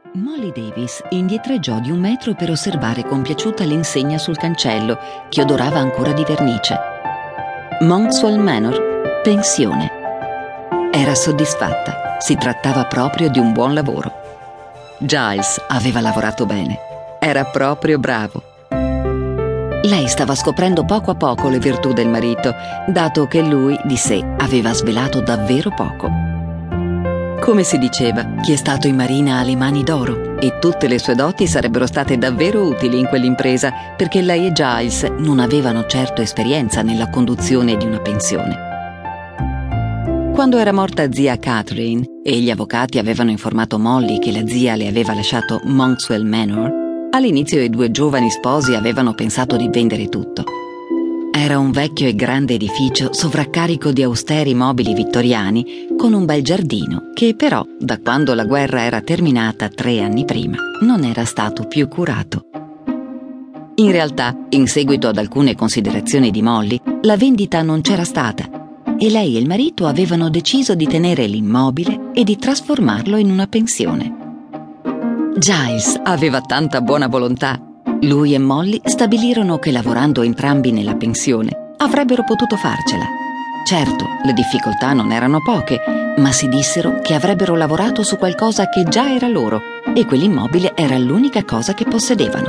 Molly Davis indietreggiò di 1 metro per osservare compiaciuta l'insegna sul cancello, che odorava ancora di vernice. Monkswell Manor, pensione. Era soddisfatta, si trattava proprio di un buon lavoro. Giles aveva lavorato bene, era proprio bravo. Lei stava scoprendo poco a poco le virtù del marito, dato che lui di sé aveva svelato davvero poco. Come si diceva, chi è stato in marina ha le mani d'oro, e tutte le sue doti sarebbero state davvero utili in quell'impresa, perché lei e Giles non avevano certo esperienza nella conduzione di una pensione. Quando era morta zia Catherine e gli avvocati avevano informato Molly che la zia le aveva lasciato Monkswell Manor, all'inizio i 2 giovani sposi avevano pensato di vendere tutto. Era un vecchio e grande edificio sovraccarico di austeri mobili vittoriani con un bel giardino che però, da quando la guerra era terminata 3 anni prima, non era stato più curato. In realtà, in seguito ad alcune considerazioni di Molly, la vendita non c'era stata e lei e il marito avevano deciso di tenere l'immobile e di trasformarlo in una pensione. Giles aveva tanta buona volontà. Lui e Molly stabilirono che lavorando entrambi nella pensione avrebbero potuto farcela. Certo, le difficoltà non erano poche, ma si dissero che avrebbero lavorato su qualcosa che già era loro e quell'immobile era l'unica cosa che possedevano.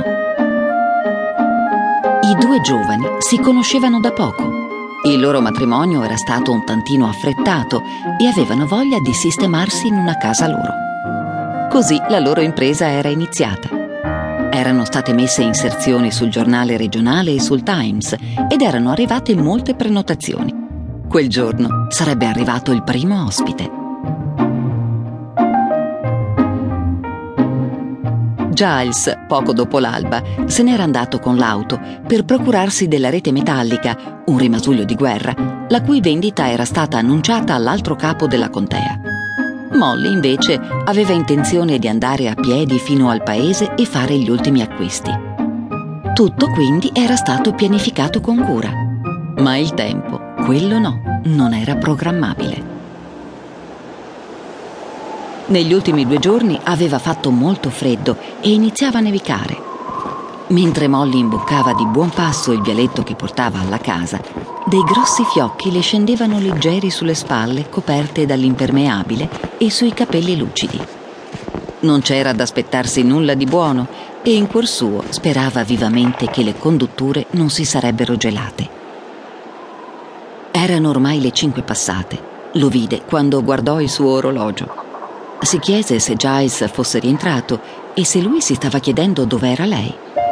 I 2 giovani si conoscevano da poco. Il loro matrimonio era stato un tantino affrettato e avevano voglia di sistemarsi in una casa loro. Così la loro impresa era iniziata. Erano state messe inserzioni sul giornale regionale e sul Times ed erano arrivate molte prenotazioni. Quel giorno sarebbe arrivato il primo ospite. Giles, poco dopo l'alba, se n'era andato con l'auto per procurarsi della rete metallica, un rimasuglio di guerra, la cui vendita era stata annunciata all'altro capo della contea. Molly, invece, aveva intenzione di andare a piedi fino al paese e fare gli ultimi acquisti. Tutto quindi era stato pianificato con cura. Ma il tempo, quello no, non era programmabile. Negli ultimi 2 giorni aveva fatto molto freddo e iniziava a nevicare. Mentre Molly imboccava di buon passo il vialetto che portava alla casa, dei grossi fiocchi le scendevano leggeri sulle spalle coperte dall'impermeabile e sui capelli lucidi. Non c'era da aspettarsi nulla di buono e in cuor suo sperava vivamente che le condutture non si sarebbero gelate. Erano ormai le 5 passate. Lo vide quando guardò il suo orologio. Si chiese se Giles fosse rientrato e se lui si stava chiedendo dove era lei.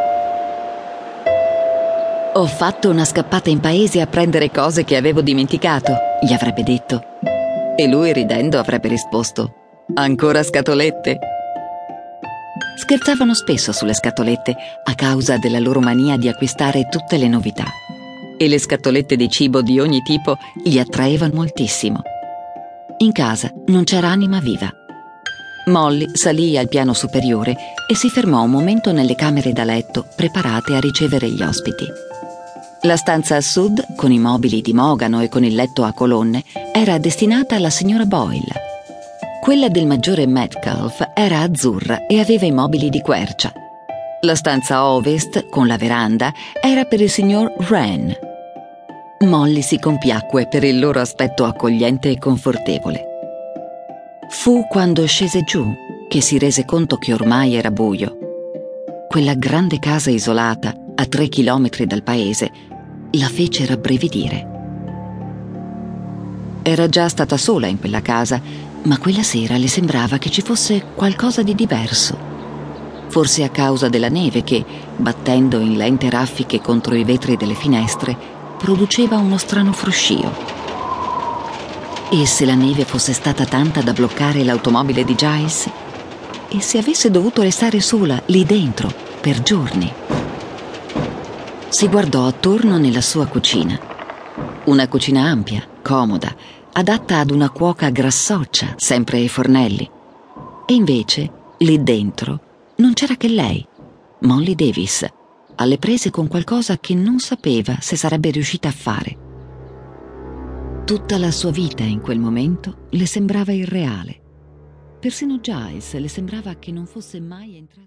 «Ho fatto una scappata in paese a prendere cose che avevo dimenticato», gli avrebbe detto. E lui, ridendo, avrebbe risposto: «Ancora scatolette?» Scherzavano spesso sulle scatolette a causa della loro mania di acquistare tutte le novità. E le scatolette di cibo di ogni tipo li attraevano moltissimo. In casa non c'era anima viva. Molly salì al piano superiore e si fermò un momento nelle camere da letto preparate a ricevere gli ospiti. La stanza a sud, con i mobili di mogano e con il letto a colonne, era destinata alla signora Boyle. Quella del maggiore Metcalf era azzurra e aveva i mobili di quercia. La stanza a ovest, con la veranda, era per il signor Wren. Molly si compiacque per il loro aspetto accogliente e confortevole. Fu quando scese giù che si rese conto che ormai era buio. Quella grande casa isolata, a 3 chilometri dal paese, la fece rabbrividire. Era già stata sola in quella casa, ma quella sera le sembrava che ci fosse qualcosa di diverso. Forse a causa della neve che, battendo in lente raffiche contro i vetri delle finestre, produceva uno strano fruscio. E se la neve fosse stata tanta da bloccare l'automobile di Giles? E se avesse dovuto restare sola lì dentro per giorni? Si guardò attorno nella sua cucina. Una cucina ampia, comoda, adatta ad una cuoca grassoccia, sempre ai fornelli. E invece, lì dentro, non c'era che lei, Molly Davis, alle prese con qualcosa che non sapeva se sarebbe riuscita a fare. Tutta la sua vita in quel momento le sembrava irreale. Persino Giles le sembrava che non fosse mai entrato.